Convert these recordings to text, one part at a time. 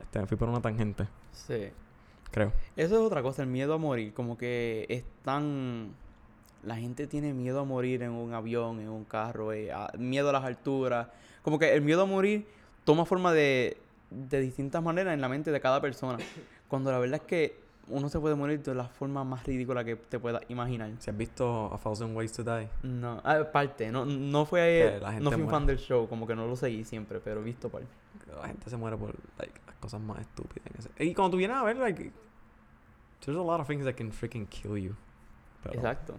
me fui por una tangente, Sí. creo. Eso es otra cosa, el miedo a morir. Como que es tan... La gente tiene miedo a morir en un avión, en un carro, miedo a las alturas. Como que el miedo a morir toma forma de distintas maneras en la mente de cada persona. Cuando la verdad es que uno se puede morir de la forma más ridícula que te puedas imaginar. Si has visto A Thousand Ways to Die, No, aparte, no que la no gente fui un muere. fan del show, como que no lo seguí siempre, pero he visto parte. La gente se muere por like, las cosas más estúpidas. Y cuando tú vienes a ver, like, there's a lot of things that can freaking kill you. Pero, Exacto.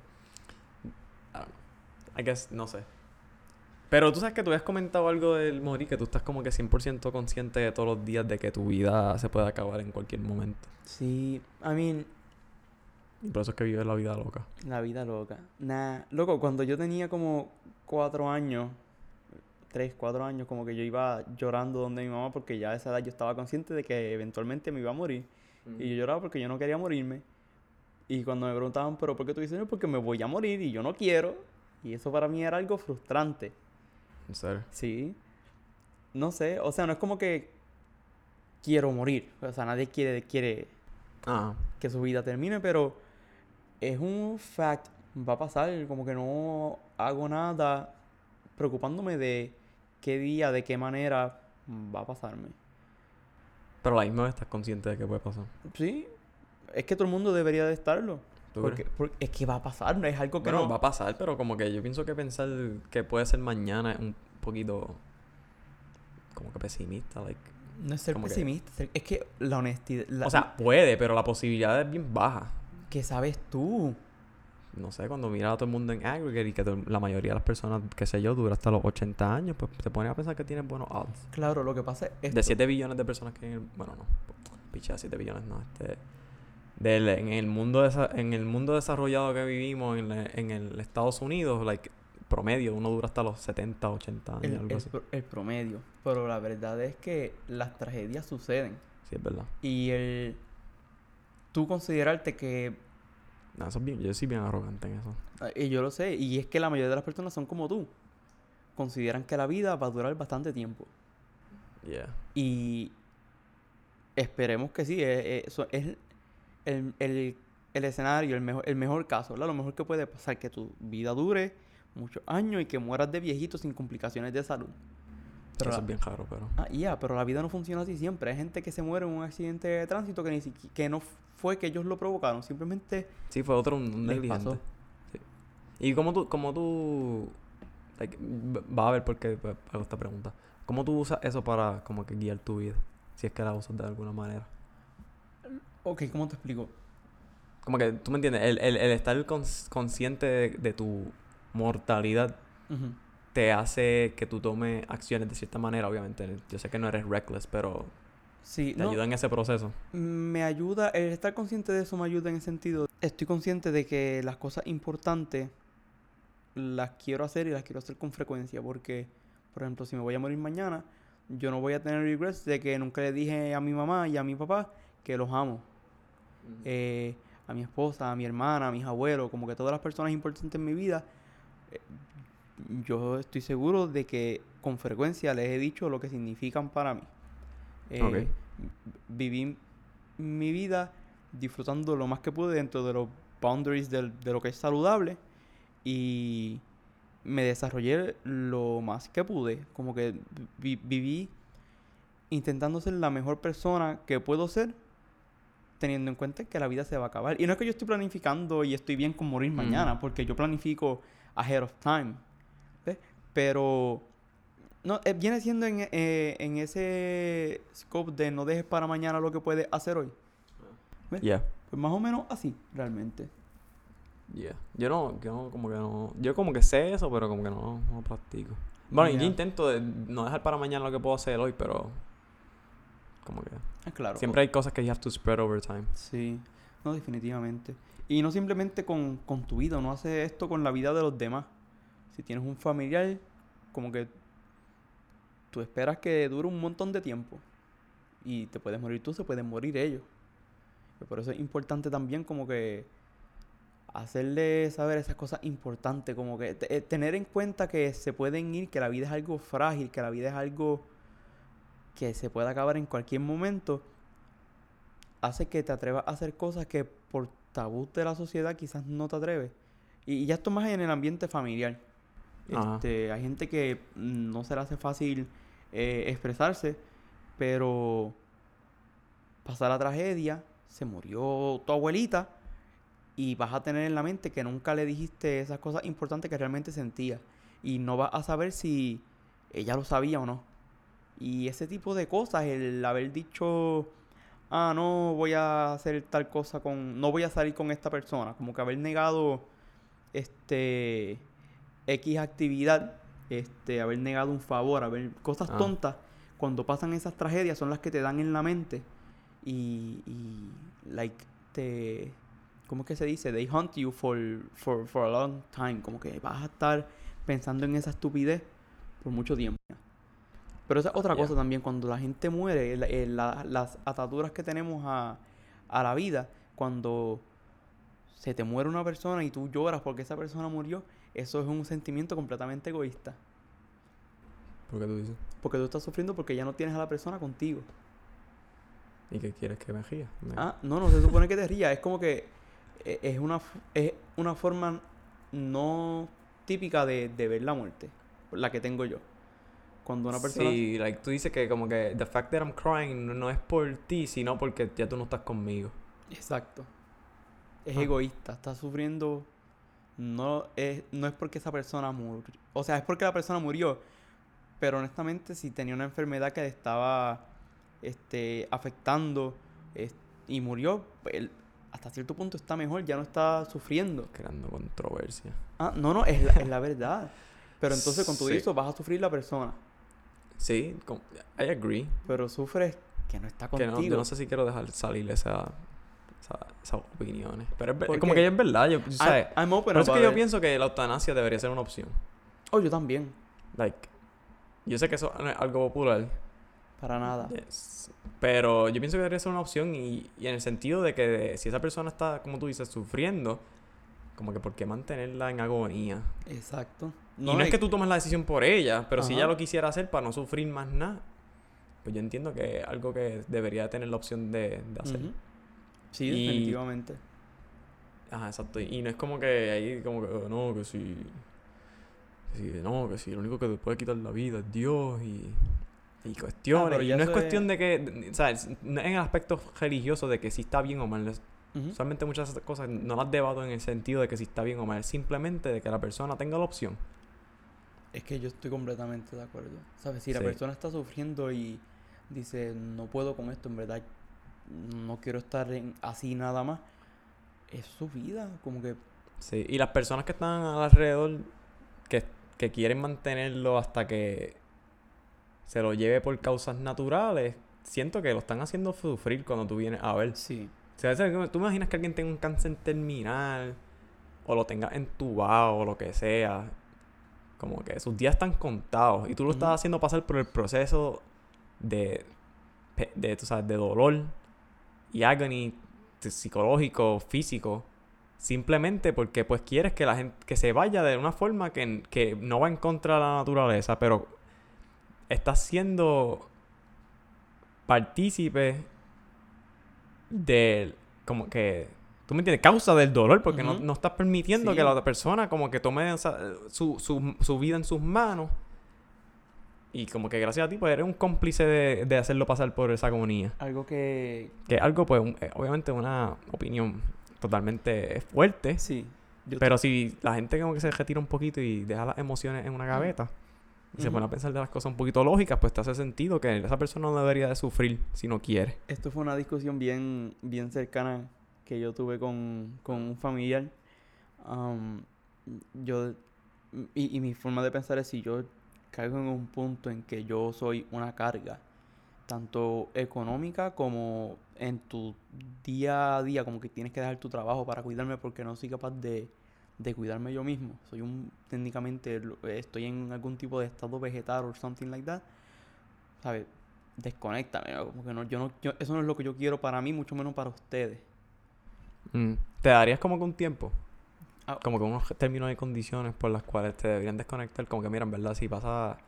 I don't know. I guess, no sé. Pero tú sabes que tú habías comentado algo del morir, que tú estás como que 100% consciente de todos los días de que tu vida se puede acabar en cualquier momento. Sí, I mean, Y por eso es que vives la vida loca. la vida loca. Nah, loco, cuando yo tenía como 4 años, 3, 4 años, como que yo iba llorando donde mi mamá porque ya a esa edad yo estaba consciente de que eventualmente me iba a morir. Y yo lloraba porque yo no quería morirme. Y cuando me preguntaban, ¿pero por qué tú dices no? Porque me voy a morir y yo no quiero. Y eso para mí era algo frustrante. En serio. Sí. No sé, o sea, no es como que quiero morir. O sea, nadie quiere Ah, que su vida termine, pero es un fact. Va a pasar, como que no hago nada preocupándome de qué día, de qué manera va a pasarme. pero a la misma vez estás consciente de que puede pasar. Sí, es que todo el mundo debería de estarlo. ¿Tú crees? Porque es que va a pasar, no es algo que Bueno, no... va a pasar, pero como que yo pienso que pensar que puede ser mañana es un poquito como que pesimista, like. No es ser Como que, pesimista, es que la honestidad... o sea, puede, pero la posibilidad es bien baja. ¿Qué sabes tú? No sé, cuando miras a todo el mundo en aggregate y que la mayoría de las personas, qué sé yo, dura hasta los 80 años, pues te pones a pensar que tienes buenos odds. Claro, lo que pasa es De esto. 7 billones de personas que hay en el... Bueno, no. Picha, 7 billones no. En el mundo desarrollado que vivimos en el Estados Unidos, like, promedio, uno dura hasta los 70, 80 años, algo así. El promedio. Pero la verdad es que las tragedias suceden. Sí, es verdad. Y tú considerarte que... No, eso es bien, yo soy bien arrogante en eso. Y yo lo sé, y es que la mayoría de las personas son como tú. Consideran que la vida va a durar bastante tiempo. Yeah. Y esperemos que sí. Eso es el escenario, el mejor caso, ¿verdad? Lo mejor que puede pasar, que tu vida dure muchos años y que mueras de viejito sin complicaciones de salud. Pero Eso es bien raro, pero... pero la vida no funciona así siempre. Hay gente que se muere en un accidente de tránsito que que no fue que ellos lo provocaron, simplemente Sí, fue otro un les negligente. pasó. Sí. ¿Y cómo tú like, va a ver por qué hago esta pregunta? ¿Cómo tú usas eso para como que guiar tu vida? Si es que la usas de alguna manera. Ok, ¿cómo te explico? Como que, ¿tú me entiendes? El estar consciente de tu mortalidad Ujú. te hace que tú tomes acciones de cierta manera, obviamente. Yo sé que no eres reckless, pero Sí, te no, ayuda en ese proceso. me ayuda, el estar consciente de eso me ayuda en el sentido, estoy consciente de que las cosas importantes las quiero hacer y las quiero hacer con frecuencia porque, por ejemplo, si me voy a morir mañana, yo no voy a tener regrets de que nunca le dije a mi mamá y a mi papá que los amo. Eh, a mi esposa, a mi hermana, a mis abuelos, como que todas las personas importantes en mi vida, eh, yo estoy seguro de que con frecuencia les he dicho lo que significan para mí. Ok. Eh, Viví mi vida disfrutando lo más que pude dentro de los boundaries de lo que es saludable y me desarrollé lo más que pude. Como que viví intentando ser la mejor persona que puedo ser, teniendo en cuenta que la vida se va a acabar. Y no es que yo estoy planificando y estoy bien con morir mañana, porque yo planifico ahead of time. ¿Ves? Pero no, viene siendo en ese scope de no dejes para mañana lo que puedes hacer hoy. ¿Ves? Yeah. Pues más o menos así, realmente. Yeah. Yo como que sé eso, pero como que no practico. Bueno, y yo Yeah. intento de no dejar para mañana lo que puedo hacer hoy, pero como que Claro. siempre hay cosas que you have to spread over time. Sí, no, definitivamente. Y no simplemente con tu vida, uno hace esto con la vida de los demás. Si tienes un familiar, como que tú esperas que dure un montón de tiempo. Y te puedes morir tú, se pueden morir ellos. Y por eso es importante también como que hacerle saber esas cosas importantes, como que tener en cuenta que se pueden ir, que la vida es algo frágil, que la vida es algo que se puede acabar en cualquier momento, hace que te atrevas a hacer cosas que por tabú de la sociedad quizás no te atreves. Y ya esto más en el ambiente familiar. Ajá. Hay gente que no se le hace fácil expresarse, pero pasa la tragedia, se murió tu abuelita y vas a tener en la mente que nunca le dijiste esas cosas importantes que realmente sentía. Y no vas a saber si ella lo sabía o no. Y ese tipo de cosas, el haber dicho, no voy a hacer tal cosa no voy a salir con esta persona, como que haber negado este X actividad, haber negado un favor, haber cosas Ah. tontas, cuando pasan esas tragedias son las que te dan en la mente y like, ¿cómo es que se dice? They hunt you for a long time, como que vas a estar pensando en esa estupidez por mucho tiempo. Pero esa es otra Ya. cosa también, cuando la gente muere, las ataduras que tenemos a la vida, cuando se te muere una persona y tú lloras porque esa persona murió, eso es un sentimiento completamente egoísta. ¿Por qué tú dices? Porque tú estás sufriendo porque ya no tienes a la persona contigo. ¿Y qué quieres que me ría? No se supone que te rías. Es como que es una forma no típica de ver la muerte, la que tengo yo. Cuando una persona... Sí, like, tú dices que como que the fact that I'm crying no es por ti, sino porque ya tú no estás conmigo. Exacto. Es Ah. egoísta. Estás sufriendo... No es porque esa persona murió. O sea, es porque la persona murió. Pero honestamente, si tenía una enfermedad que le estaba afectando y murió, pues, él hasta cierto punto está mejor, ya no está sufriendo. Creando controversia. No, es la verdad. Pero entonces con todo Sí. eso vas a sufrir la persona. Sí, I agree. Pero sufres que no está Que contigo. yo no sé si quiero dejar salir esas opiniones. Pero es ¿Por como qué? que ya es verdad. ¿Sabes? I'm open Por eso es que about yo it. pienso que la eutanasia debería ser una opción. Oh, yo también. Like, yo sé que eso no es algo popular. Para nada. Yes. Pero yo pienso que debería ser una opción y en el sentido de que si esa persona está, como tú dices, sufriendo, como que ¿por qué mantenerla en agonía? Exacto. Y no es que tú tomes la decisión por ella, pero si Ajá. ella lo quisiera hacer para no sufrir más nada, pues yo entiendo que es algo que debería tener la opción de hacer. Ujú. Sí, Y- definitivamente. Ajá, exacto. Y no es como que ahí, como que, no, que si... no, que si lo único que te puede quitar la vida es Dios y cuestiones. pero Y ya no es eso cuestión de que, ¿sabes? No es en el aspecto religioso de que si está bien o mal. Ujú. Usualmente muchas de esas cosas no las debato en el sentido de que si está bien o mal. Simplemente de que la persona tenga la opción. Es que yo estoy completamente de acuerdo. ¿Sabes? Si la Sí. persona está sufriendo y dice, no puedo con esto, en verdad, no quiero estar así nada más, es su vida. Como que, Sí. Y las personas que están alrededor, que quieren mantenerlo hasta que se lo lleve por causas naturales, siento que lo están haciendo sufrir cuando tú vienes a ver. sí. O sea, tú imaginas que alguien tenga un cáncer terminal o lo tenga entubado o lo que sea. Como que sus días están contados y tú lo estás Ujú. haciendo pasar por el proceso tú sabes, de dolor y agony psicológico, físico, simplemente porque pues quieres que la gente que se vaya de una forma que no va en contra de la naturaleza, pero estás siendo partícipe del, como que, tú me entiendes, causa del dolor, porque Ujú. no estás permitiendo que Sí. la otra persona como que tome su vida en sus manos. Y como que gracias a ti, pues eres un cómplice de hacerlo pasar por esa agonía. Algo que... Que es algo, pues, obviamente una opinión totalmente fuerte. Sí. Pero si la gente como que se retira un poquito y deja las emociones en una gaveta y se Ujú. pone a pensar de las cosas un poquito lógicas, pues te hace sentido que esa persona no debería de sufrir si no quiere. Esto fue una discusión bien, bien cercana que yo tuve con un familiar. Am, yo... Y mi forma de pensar es si yo caigo en un punto en que yo soy una carga, tanto económica como en tu día a día, como que tienes que dejar tu trabajo para cuidarme porque no soy capaz de cuidarme yo mismo. Técnicamente, estoy en algún tipo de estado vegetal o something like that. ¿Sabes? Desconéctame, ¿no? Como que no, eso no es lo que yo quiero para mí, mucho menos para ustedes. ¿Te darías como que un tiempo? Ah. Como que unos términos y condiciones por las cuales te deberían desconectar. Como que, mira, en verdad, si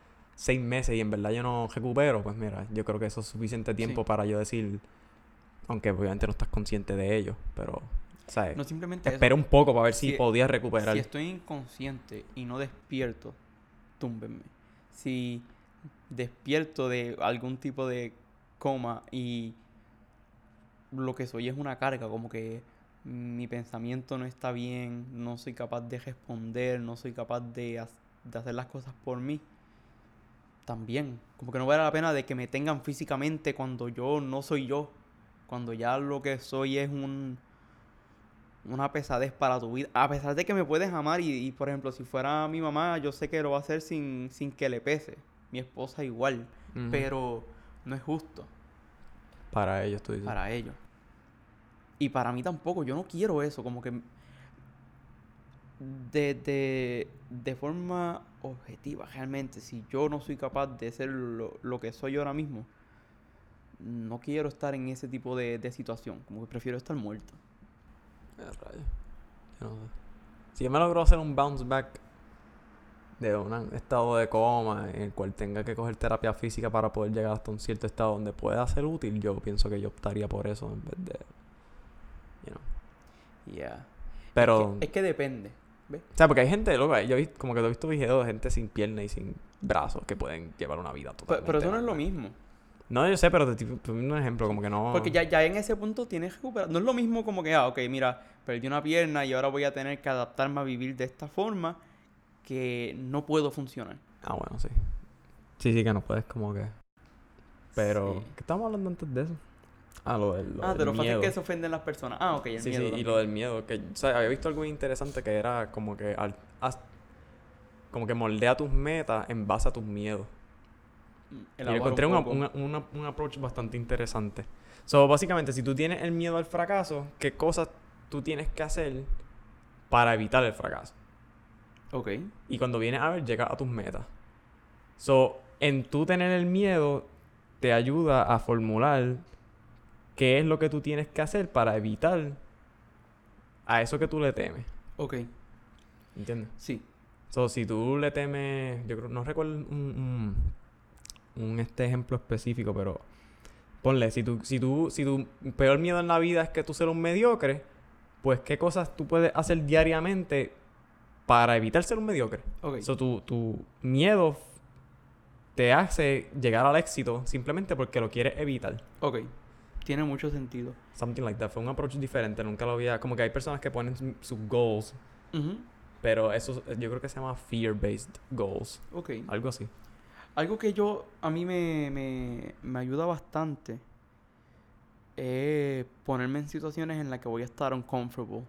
6 meses y en verdad yo no recupero, pues mira, yo creo que eso es suficiente tiempo Sí. para yo decir, aunque obviamente no estás consciente de ello, pero, ¿sabes? No simplemente eso. Espera un poco para ver si Si, podías si recuperar. estoy inconsciente y no despierto, túmbenme. Si despierto de algún tipo de coma y lo que soy es una carga, como que mi pensamiento no está bien, no soy capaz de responder, no soy capaz de hacer las cosas por mí, también. Como que no vale la pena de que me tengan físicamente cuando yo no soy yo, cuando ya lo que soy es una pesadez para tu vida. A pesar de que me puedes amar por ejemplo, si fuera mi mamá, yo sé que lo va a hacer sin que le pese. Mi esposa igual, Ujú. pero no es justo Para ellos, tú dices. para ellos. Y para mí tampoco, yo no quiero eso, como que de forma objetiva, realmente, si yo no soy capaz de ser lo que soy ahora mismo, no quiero estar en ese tipo de situación, como que prefiero estar muerto. Rayos. Yo no sé. Si yo me logro hacer un bounce back de un estado de coma en el cual tenga que coger terapia física para poder llegar hasta un cierto estado donde pueda ser útil, yo pienso que yo optaría por eso en vez de, you know. Yeah. Pero, Es que depende, ¿ves? o sea, porque hay gente, loco, yo he visto, como que he visto videos de gente sin pierna y sin brazos que pueden llevar una vida totalmente Pero eso no es lo normal. mismo. No, yo sé, pero te estoy poniendo un ejemplo, como que no... Porque ya en ese punto tienes que recuperar. No es lo mismo como que, ok, mira, perdí una pierna y ahora voy a tener que adaptarme a vivir de esta forma que no puedo funcionar. Ah, bueno, sí. Sí, que no puedes como que... Pero, Sí. ¿qué estábamos hablando antes de eso? Ah, lo del De lo fácil miedo. que se ofenden las personas. Ah, ok, el Sí, miedo sí, y también. lo del miedo, que, o sea, había visto algo interesante que era como que como que moldea tus metas en base a tus miedos. Y le Elabora encontré un poco. un approach bastante interesante. So, básicamente, si tú tienes el miedo al fracaso, ¿qué cosas tú tienes que hacer para evitar el fracaso? Ok. Y cuando vienes a ver, llegas a tus metas. So, en tú tener el miedo, te ayuda a formular qué es lo que tú tienes que hacer para evitar a eso que tú le temes. Ok. ¿Entiendes? Sí. So, si tú le temes, yo creo, no recuerdo este ejemplo específico, pero ponle, si tu peor miedo en la vida es que tú seas un mediocre, pues qué cosas tú puedes hacer diariamente para evitar ser un mediocre. Ok. So, tu miedo te hace llegar al éxito simplemente porque lo quieres evitar. Ok. Tiene mucho sentido. Something like that. Fue un approach diferente, nunca lo había... Como que hay personas que ponen sus goals, Ujú. pero eso yo creo que se llama fear-based goals. Ok. Algo así. Algo que a mí me ayuda bastante es ponerme en situaciones en las que voy a estar uncomfortable.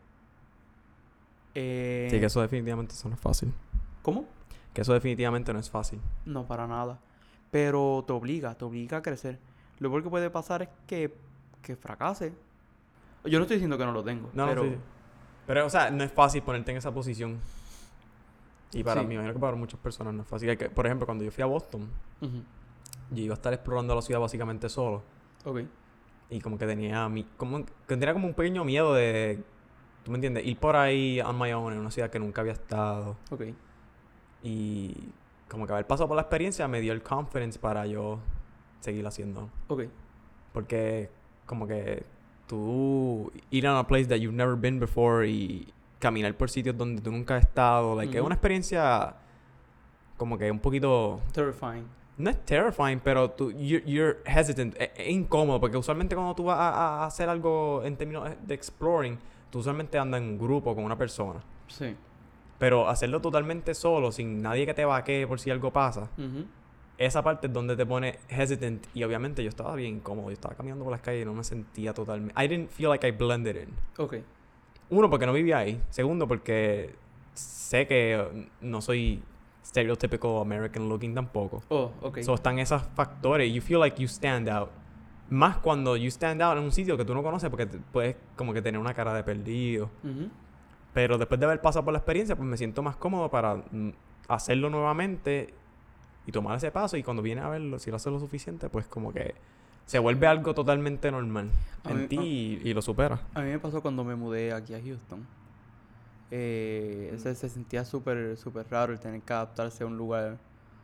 Sí, que eso definitivamente eso no es fácil. ¿Cómo? Que eso definitivamente no es fácil. No, para nada. Pero te obliga a crecer. Lo peor que puede pasar es que fracase. Yo no estoy diciendo que no lo tengo, No, pero no, sí. Pero, o sea, no es fácil ponerte en esa posición. Y para Sí. mí, imagino que para muchas personas no es fácil. Por ejemplo, cuando yo fui a Boston, Ujú. yo iba a estar explorando la ciudad básicamente solo. Ok. Y como que tenía como un pequeño miedo de, ¿tú me entiendes? Ir por ahí on my own en una ciudad que nunca había estado. Ok. Y como que haber pasado por la experiencia me dio el confidence para yo seguir haciendo. Ok. Porque como que tú ir a una place that you've never been before y caminar por sitios donde tú nunca has estado, like, es Ujú. una experiencia como que un poquito... Terrifying. No es terrifying, pero you're hesitant. Es incómodo, porque usualmente cuando tú vas a hacer algo en términos de exploring, tú usualmente andas en un grupo con una persona. Sí. Pero hacerlo totalmente solo, sin nadie que te vaquee por si algo pasa, Ujú. esa parte es donde te pone hesitant. Y obviamente yo estaba bien incómodo. Yo estaba caminando por las calles y no me sentía totalmente... I didn't feel like I blended in. Ok. Uno, porque no vivía ahí. Segundo, porque sé que no soy stereotypical American looking tampoco. Oh, ok. So están esos factores. You feel like you stand out. Más cuando you stand out en un sitio que tú no conoces porque puedes como que tener una cara de perdido. Ujú. Pero después de haber pasado por la experiencia, pues me siento más cómodo para hacerlo nuevamente y tomar ese paso. Y cuando vienes a verlo, si lo haces lo suficiente, pues como que se vuelve algo totalmente normal A en mí- ti y lo superas. A mí me pasó cuando me mudé aquí a Houston. Se sentía súper raro el tener que adaptarse a un lugar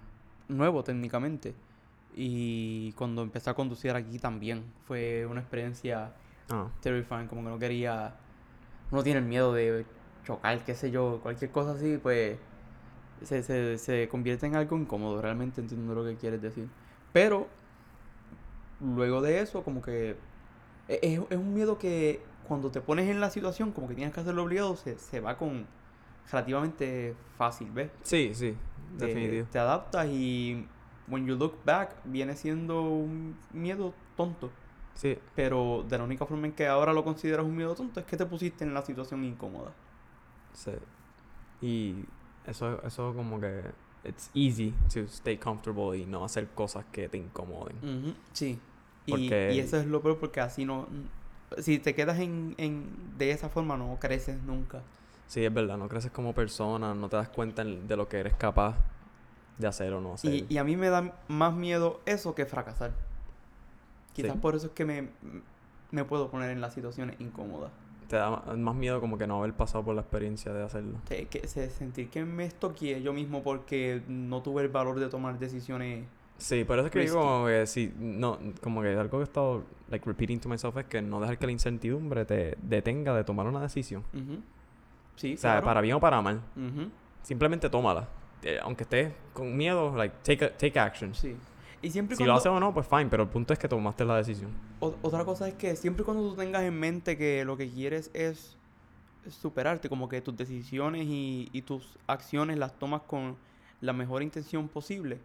nuevo técnicamente. Y cuando empecé a conducir aquí también fue una experiencia terrifying, como que no quería... Uno tiene el miedo de chocar, qué sé yo, cualquier cosa así, pues se convierte en algo incómodo. Realmente entiendo lo que quieres decir. Pero luego de eso, como que es un miedo que cuando te pones en la situación, como que tienes que hacerlo obligado, se va con relativamente fácil, ¿ves? Sí, sí, definitivo. Te adaptas y when you look back viene siendo un miedo tonto. Sí, Pero de la única forma en que ahora lo consideras un miedo tonto es que te pusiste en la situación incómoda. sí. Y eso como que... It's easy to stay comfortable y no hacer cosas que te incomoden. Ujú, sí. Y Porque... eso es lo peor porque así no... Si te quedas de esa forma no creces nunca. Sí, es verdad, no creces como persona, no te das cuenta de lo que eres capaz de hacer o no hacer. Y a mí me da más miedo eso que fracasar. Quizás Sí. por eso es que me puedo poner en las situaciones incómodas. Te da más miedo como que no haber pasado por la experiencia de hacerlo. Sentir que me estoqué yo mismo porque no tuve el valor de tomar decisiones Sí, por eso es que risky. digo como que sí, no, como que algo que he estado like repeating to myself es que no dejar que la incertidumbre te detenga de tomar una decisión. Ujú. Sí, O sea, claro. para bien o para mal. Ujú. Simplemente tómala. Aunque estés con miedo, like take action. Sí. Y siempre y Si lo cuando... haces o no, pues fine, pero el punto es que tomaste la decisión. Otra cosa es que siempre y cuando tú tengas en mente que lo que quieres es superarte, como que tus decisiones y tus acciones las tomas con la mejor intención posible.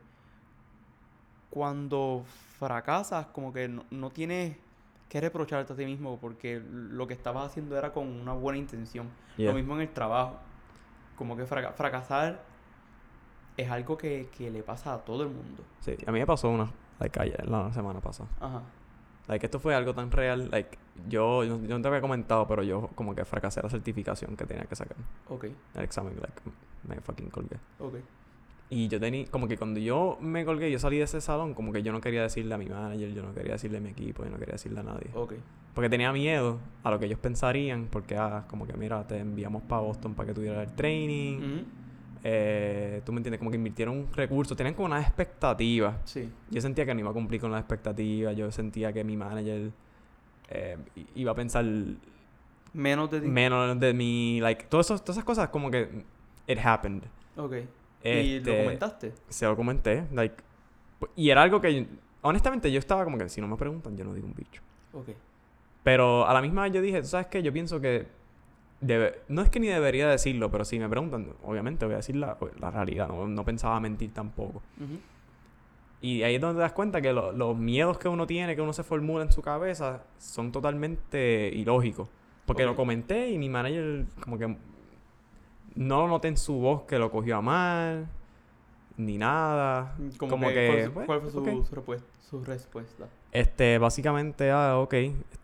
Cuando fracasas, como que no tienes que reprocharte a ti mismo porque lo que estabas haciendo era con una buena intención. Lo Yeah. mismo en el trabajo. Como que fracasar es algo que le pasa a todo el mundo. Sí, a mí me pasó ayer, la semana pasada. Ajá. Like, esto fue algo tan real, like, yo no te había comentado, pero yo como que fracasé la certificación que tenía que sacar. Ok, El examen, like, me fucking colgué. ok. Y yo tenía, como que cuando yo me colgué, yo salí de ese salón, como que yo no quería decirle a mi manager, yo no quería decirle a mi equipo, yo no quería decirle a nadie. Ok. Porque tenía miedo a lo que ellos pensarían, porque, como que mira, te enviamos para Boston para que tuvieras el training. Ujú. Tú me entiendes, como que invirtieron recursos, tenían como unas expectativas. Sí. Yo sentía que no iba a cumplir con las expectativas, yo sentía que mi manager iba a pensar Menos de ti. menos de mí, like, todas esas cosas como que it happened. Ok. ¿Y lo comentaste? Se lo comenté, like, y era algo que, honestamente, yo estaba como que si no me preguntan, yo no digo un bicho. Ok. Pero a la misma vez yo dije, ¿tú sabes qué? Yo pienso que no es que ni debería decirlo, pero si me preguntan, obviamente voy a decir la realidad, no pensaba mentir tampoco. Ujú. Y ahí es donde te das cuenta que los miedos que uno tiene, que uno se formula en su cabeza, son totalmente ilógicos. Porque Ok. lo comenté y mi manager como que no lo noté en su voz que lo cogió a mal, ni nada. Como que, ¿Cuál fue ok. su respuesta? Básicamente, ok,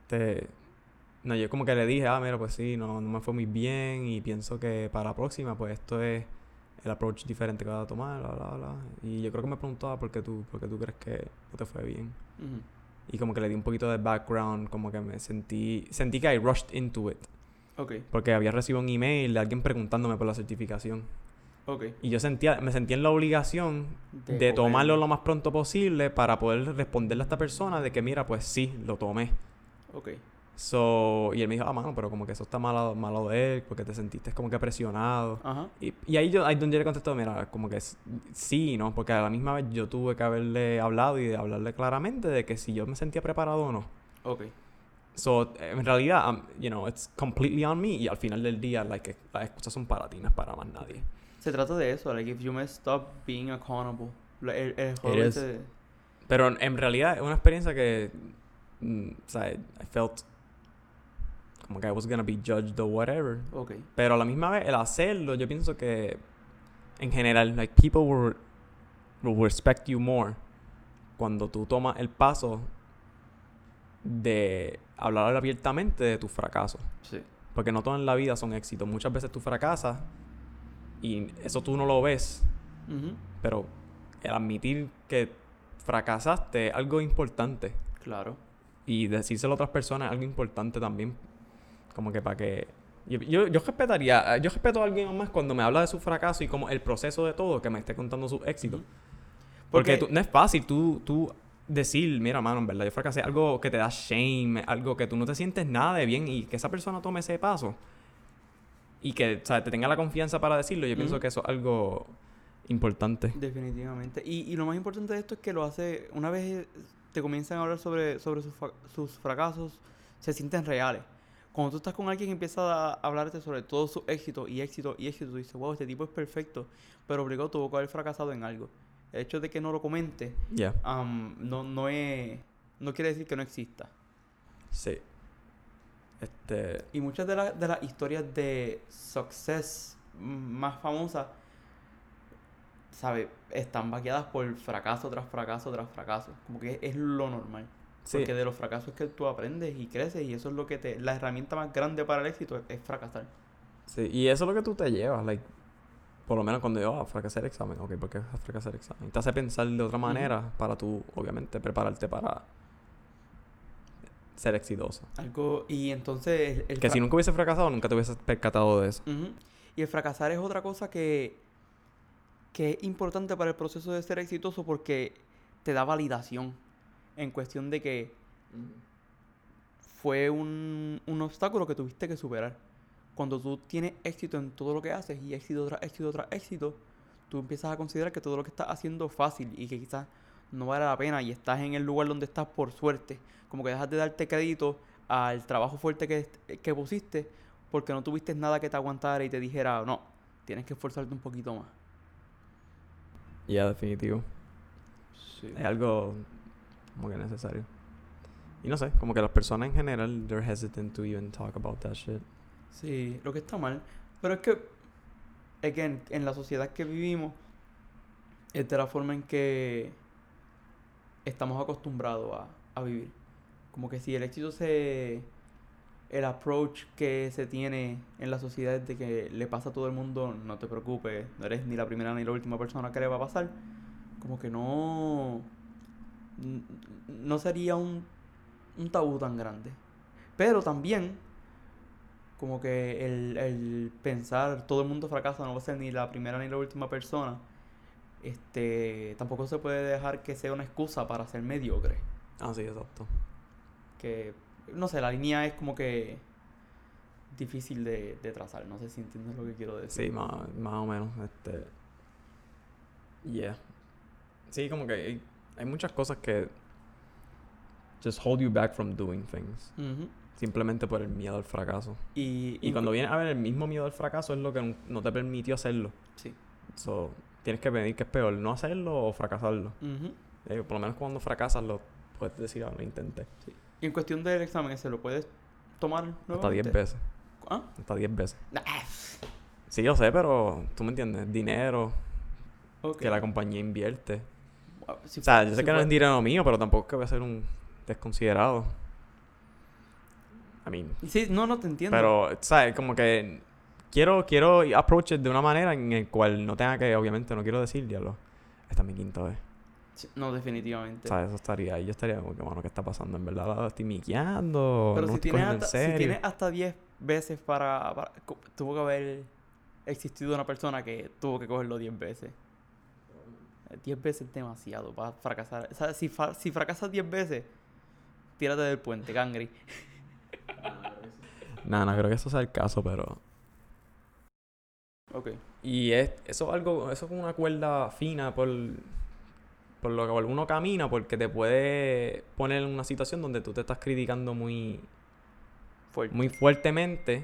no, yo como que le dije, mira, pues sí, no me fue muy bien y pienso que para la próxima, pues esto es el approach diferente que vas a tomar, bla, bla, bla. Y yo creo que me preguntaba por qué tú crees que no te fue bien. Ujú. Y como que le di un poquito de background, como que me sentí que I rushed into it. Ok. Porque había recibido un email de alguien preguntándome por la certificación. Ok. Y yo me sentía en la obligación de cogerlo. tomarlo lo más pronto posible para poder responderle a esta persona de que, mira, pues sí, lo tomé. Ok. Y él me dijo, mano, pero como que eso está malo de él, porque te sentiste como que presionado. Ajá. Y ahí donde yo le contesté, mira, como que sí, ¿no? Porque a la misma vez yo tuve que haberle hablado y de hablarle claramente de que si yo me sentía preparado o no. Ok. En realidad, it's completely on me. Y al final del día, like, las excusas son para ti, no es para más nadie. Se trata de eso, like, if you messed up, being accountable. El juego It ese... is. Pero en realidad es una experiencia que, o sea, I felt como que I was gonna be judged or whatever. Ok. Pero a la misma vez, el hacerlo, yo pienso que en general, like, people will respect you more cuando tú tomas el paso de hablar abiertamente de tus fracasos. Sí. Porque no todo en la vida son éxitos. Muchas veces tú fracasas y eso tú no lo ves, Ujú. pero el admitir que fracasaste es algo importante. Claro. Y decírselo a otras personas es algo importante también. Como que para que... Yo respeto a alguien más cuando me habla de su fracaso y como el proceso de todo, que me esté contando sus éxitos. Ujú. Porque Porque no es fácil tú decir, mira, mano, en verdad, yo fracasé. Algo que te da shame, algo que tú no te sientes nada de bien y que esa persona tome ese paso y que, o sea, te tenga la confianza para decirlo. Yo pienso que eso es algo importante. definitivamente. Y lo más importante de esto es que lo hace, una vez te comienzan a hablar sobre sus fracasos, se sienten reales. Cuando tú estás con alguien que empieza a hablarte sobre todo su éxito y éxito y éxito, tú dices, wow, este tipo es perfecto, pero obligado tuvo que haber fracasado en algo. El hecho de que no lo comente, Yeah. no quiere decir que no exista. Sí. Y muchas de las historias de success más famosas, ¿sabes? Están vaqueadas por fracaso tras fracaso tras fracaso. Como que es lo normal. Sí. Porque de los fracasos es que tú aprendes y creces y eso es lo que la herramienta más grande para el éxito es fracasar. Sí. Y eso es lo que tú te llevas, like, por lo menos cuando yo, fracasé el examen, ok, ¿por qué fracasé el examen? Te hace pensar de otra manera para tú, obviamente, prepararte para ser exitoso. Y entonces Que si nunca hubiese fracasado, nunca te hubieses percatado de eso. Ujú. Y el fracasar es otra cosa que es importante para el proceso de ser exitoso porque te da validación en cuestión de que fue un obstáculo que tuviste que superar. Cuando tú tienes éxito en todo lo que haces y éxito tras éxito tras éxito, tú empiezas a considerar que todo lo que estás haciendo es fácil y que quizás no vale la pena y estás en el lugar donde estás por suerte. Como que dejas de darte crédito al trabajo fuerte que pusiste porque no tuviste nada que te aguantara y te dijera, no, tienes que esforzarte un poquito más. Ya, definitivo. Sí. Es algo como que necesario. Y no sé, como que las personas en general, they're hesitant to even talk about that shit. Sí, lo que está mal. Pero es que, again, en la sociedad que vivimos, es de la forma en que estamos acostumbrados a vivir. Como que si el éxito el approach que se tiene en la sociedad es de que le pasa a todo el mundo, no te preocupes, no eres ni la primera ni la última persona que le va a pasar, como que no sería un tabú tan grande. Pero también, como que el pensar todo el mundo fracasa, no va a ser ni la primera ni la última persona, tampoco se puede dejar que sea una excusa para ser mediocre. Ah, sí, exacto. Que, no sé, la línea es como que difícil de trazar. No sé si entiendes lo que quiero decir. Sí, más o menos. Yeah. Sí, como que hay muchas cosas que just hold you back from doing things. Ujú. Simplemente por el miedo al fracaso. Y Y cuando vienes a ver el mismo miedo al fracaso es lo que no te permitió hacerlo. Sí. So, tienes que pedir que es peor, no hacerlo o fracasarlo. Ujú. Por lo menos cuando fracasas lo puedes decir, ah, lo intenté. Sí. Y en cuestión del examen, ¿se lo puedes tomar nuevamente? Hasta 10 veces. ¿Ah? Hasta 10 veces. Nah. Sí, yo sé, pero tú me entiendes. Dinero Ok. que la compañía invierte. Wow, si O sea, fue- yo sé si que no fue- es dinero mío, pero tampoco es que voy a ser un desconsiderado. I mean, Sí, no te entiendo. pero, ¿sabes? Como que quiero approach it de una manera en el cual no tenga que, obviamente, no quiero decir, diablo, esta es mi quinta vez. Sí, no, definitivamente. ¿Sabes? Eso estaría ahí. Yo estaría como que, bueno, ¿qué está pasando? ¿En verdad la estoy miqueando? Pero ¿No si estoy tienes, cogiendo en si serio? tienes hasta 10 veces tuvo que haber existido una persona que tuvo que cogerlo 10 veces. 10 veces es demasiado para fracasar. O sea, si fracasas 10 veces, tírate del puente, Gangri. Nada, no creo que eso sea el caso, pero... Ok. Y eso es algo, eso es como una cuerda fina por lo que uno camina, porque te puede poner en una situación donde tú te estás criticando muy Fuerte. muy fuertemente.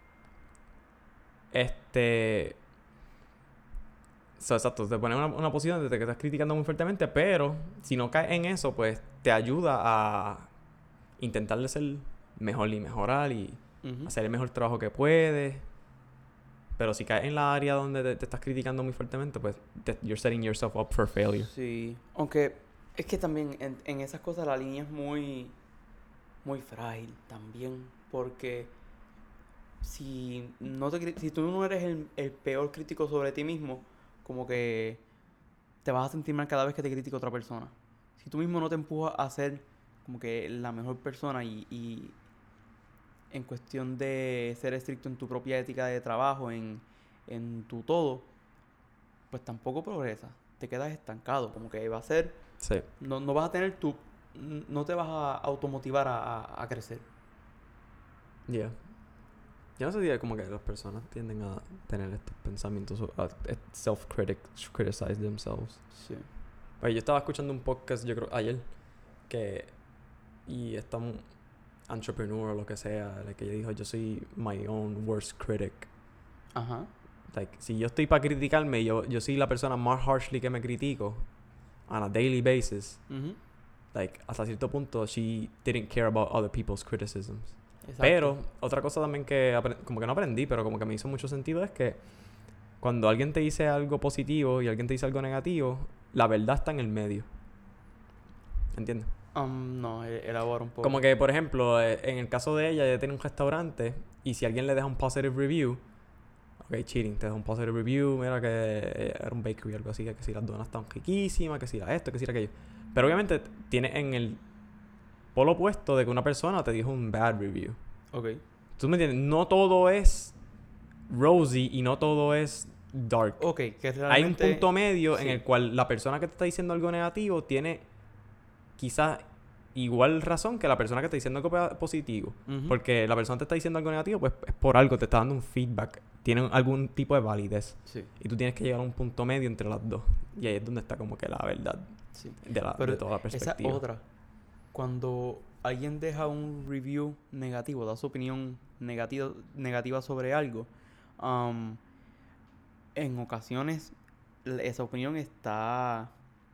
Exacto, te pone en una posición de que estás criticando muy fuertemente, pero si no caes en eso, pues te ayuda a intentar de ser mejor y mejorar y Ujú. hacer el mejor trabajo que puedes. Pero si caes en la área donde te estás criticando muy fuertemente, pues you're setting yourself up for failure. Sí. Aunque es que también en esas cosas la línea es muy, muy frágil también. Porque si tú no eres el peor crítico sobre ti mismo, como que te vas a sentir mal cada vez que te critica otra persona. Si tú mismo no te empujas a ser como que la mejor persona y en cuestión de ser estricto en tu propia ética de trabajo, en tu todo, pues tampoco progresas. te quedas estancado. Como que va a ser... Sí. No vas a tener tu... No te vas a automotivar a crecer. Yeah. Yo no sé si como que las personas tienden a tener estos pensamientos, a criticize themselves. Sí. Oye, yo estaba escuchando un podcast, yo creo, ayer, y esta entrepreneur o lo que sea, que ella dijo, yo soy my own worst critic. Ajá. Like, si yo estoy para criticarme, yo soy la persona más harshly que me critico on a daily basis. Ujú. Like, hasta cierto punto, she didn't care about other people's criticisms. Exacto. Pero, otra cosa también que como que no aprendí, pero como que me hizo mucho sentido es que cuando alguien te dice algo positivo y alguien te dice algo negativo, la verdad está en el medio. ¿Entiendes? No, elabora un poco. Como que, por ejemplo, en el caso de ella tiene un restaurante y si alguien le deja un positive review, ok, cheating, te deja un positive review, mira que era un bakery o algo así, que si las donas están riquísimas, que si era esto, que si era aquello. Pero obviamente tiene en el polo opuesto de que una persona te dijo un bad review. Ok. ¿Tú me entiendes? No todo es rosy y no todo es dark. Ok, que realmente... Hay un punto medio sí. en el cual la persona que te está diciendo algo negativo tiene quizás igual razón que la persona que está diciendo algo positivo. Ujú. Porque la persona te está diciendo algo negativo, pues es por algo, te está dando un feedback. Tiene algún tipo de validez. Sí. Y tú tienes que llegar a un punto medio entre las dos. Y ahí es donde está como que la verdad Sí. de toda la perspectiva. Esa otra. Cuando alguien deja un review negativo, da su opinión negativa sobre algo, en ocasiones esa opinión está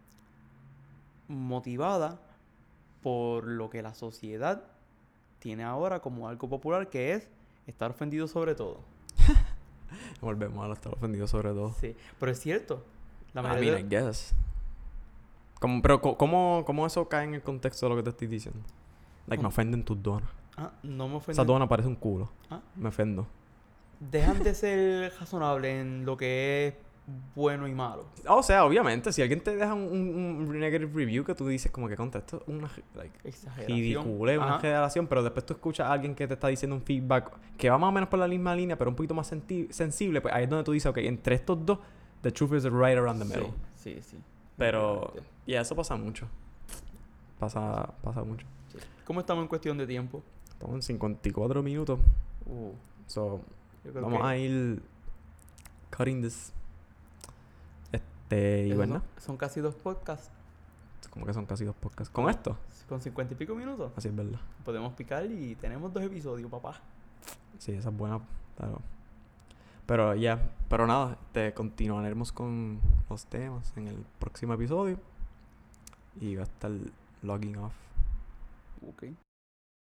motivada por lo que la sociedad tiene ahora como algo popular, que es estar ofendido sobre todo. Volvemos a estar ofendidos sobre todo. Sí, pero es cierto. La I mayoría mean, I guess. Pero ¿cómo eso cae en el contexto de lo que te estoy diciendo? Like, me ¿Cómo? ofenden tus donas. no me Esa ofenden. dona parece un culo. Ah. Me ofendo. Dejan de ser razonables en lo que es bueno y malo. O sea, obviamente, si alguien te deja un negative review que tú dices como que contra esto es una Exageración. ridícula, una Ajá. exageración, pero después tú escuchas a alguien que te está diciendo un feedback que va más o menos por la misma línea, pero un poquito más sensible, pues ahí es donde tú dices, ok, entre estos dos, the truth is right around the middle. Sí. Pero, y eso pasa mucho. Pasa mucho. Sí. ¿Cómo estamos en cuestión de tiempo? Estamos en 54 minutos. So, Yo creo vamos que a ir cutting this. Y esos bueno, son casi 2 podcasts. como que son casi 2 podcasts. ¿Con esto? Con 50 y pico minutos. Así es verdad. Podemos picar y tenemos 2 episodios, papá. Sí, esa es buena. Pero ya, pero nada, continuaremos con los temas en el próximo episodio. Y va a estar logging off. Ok.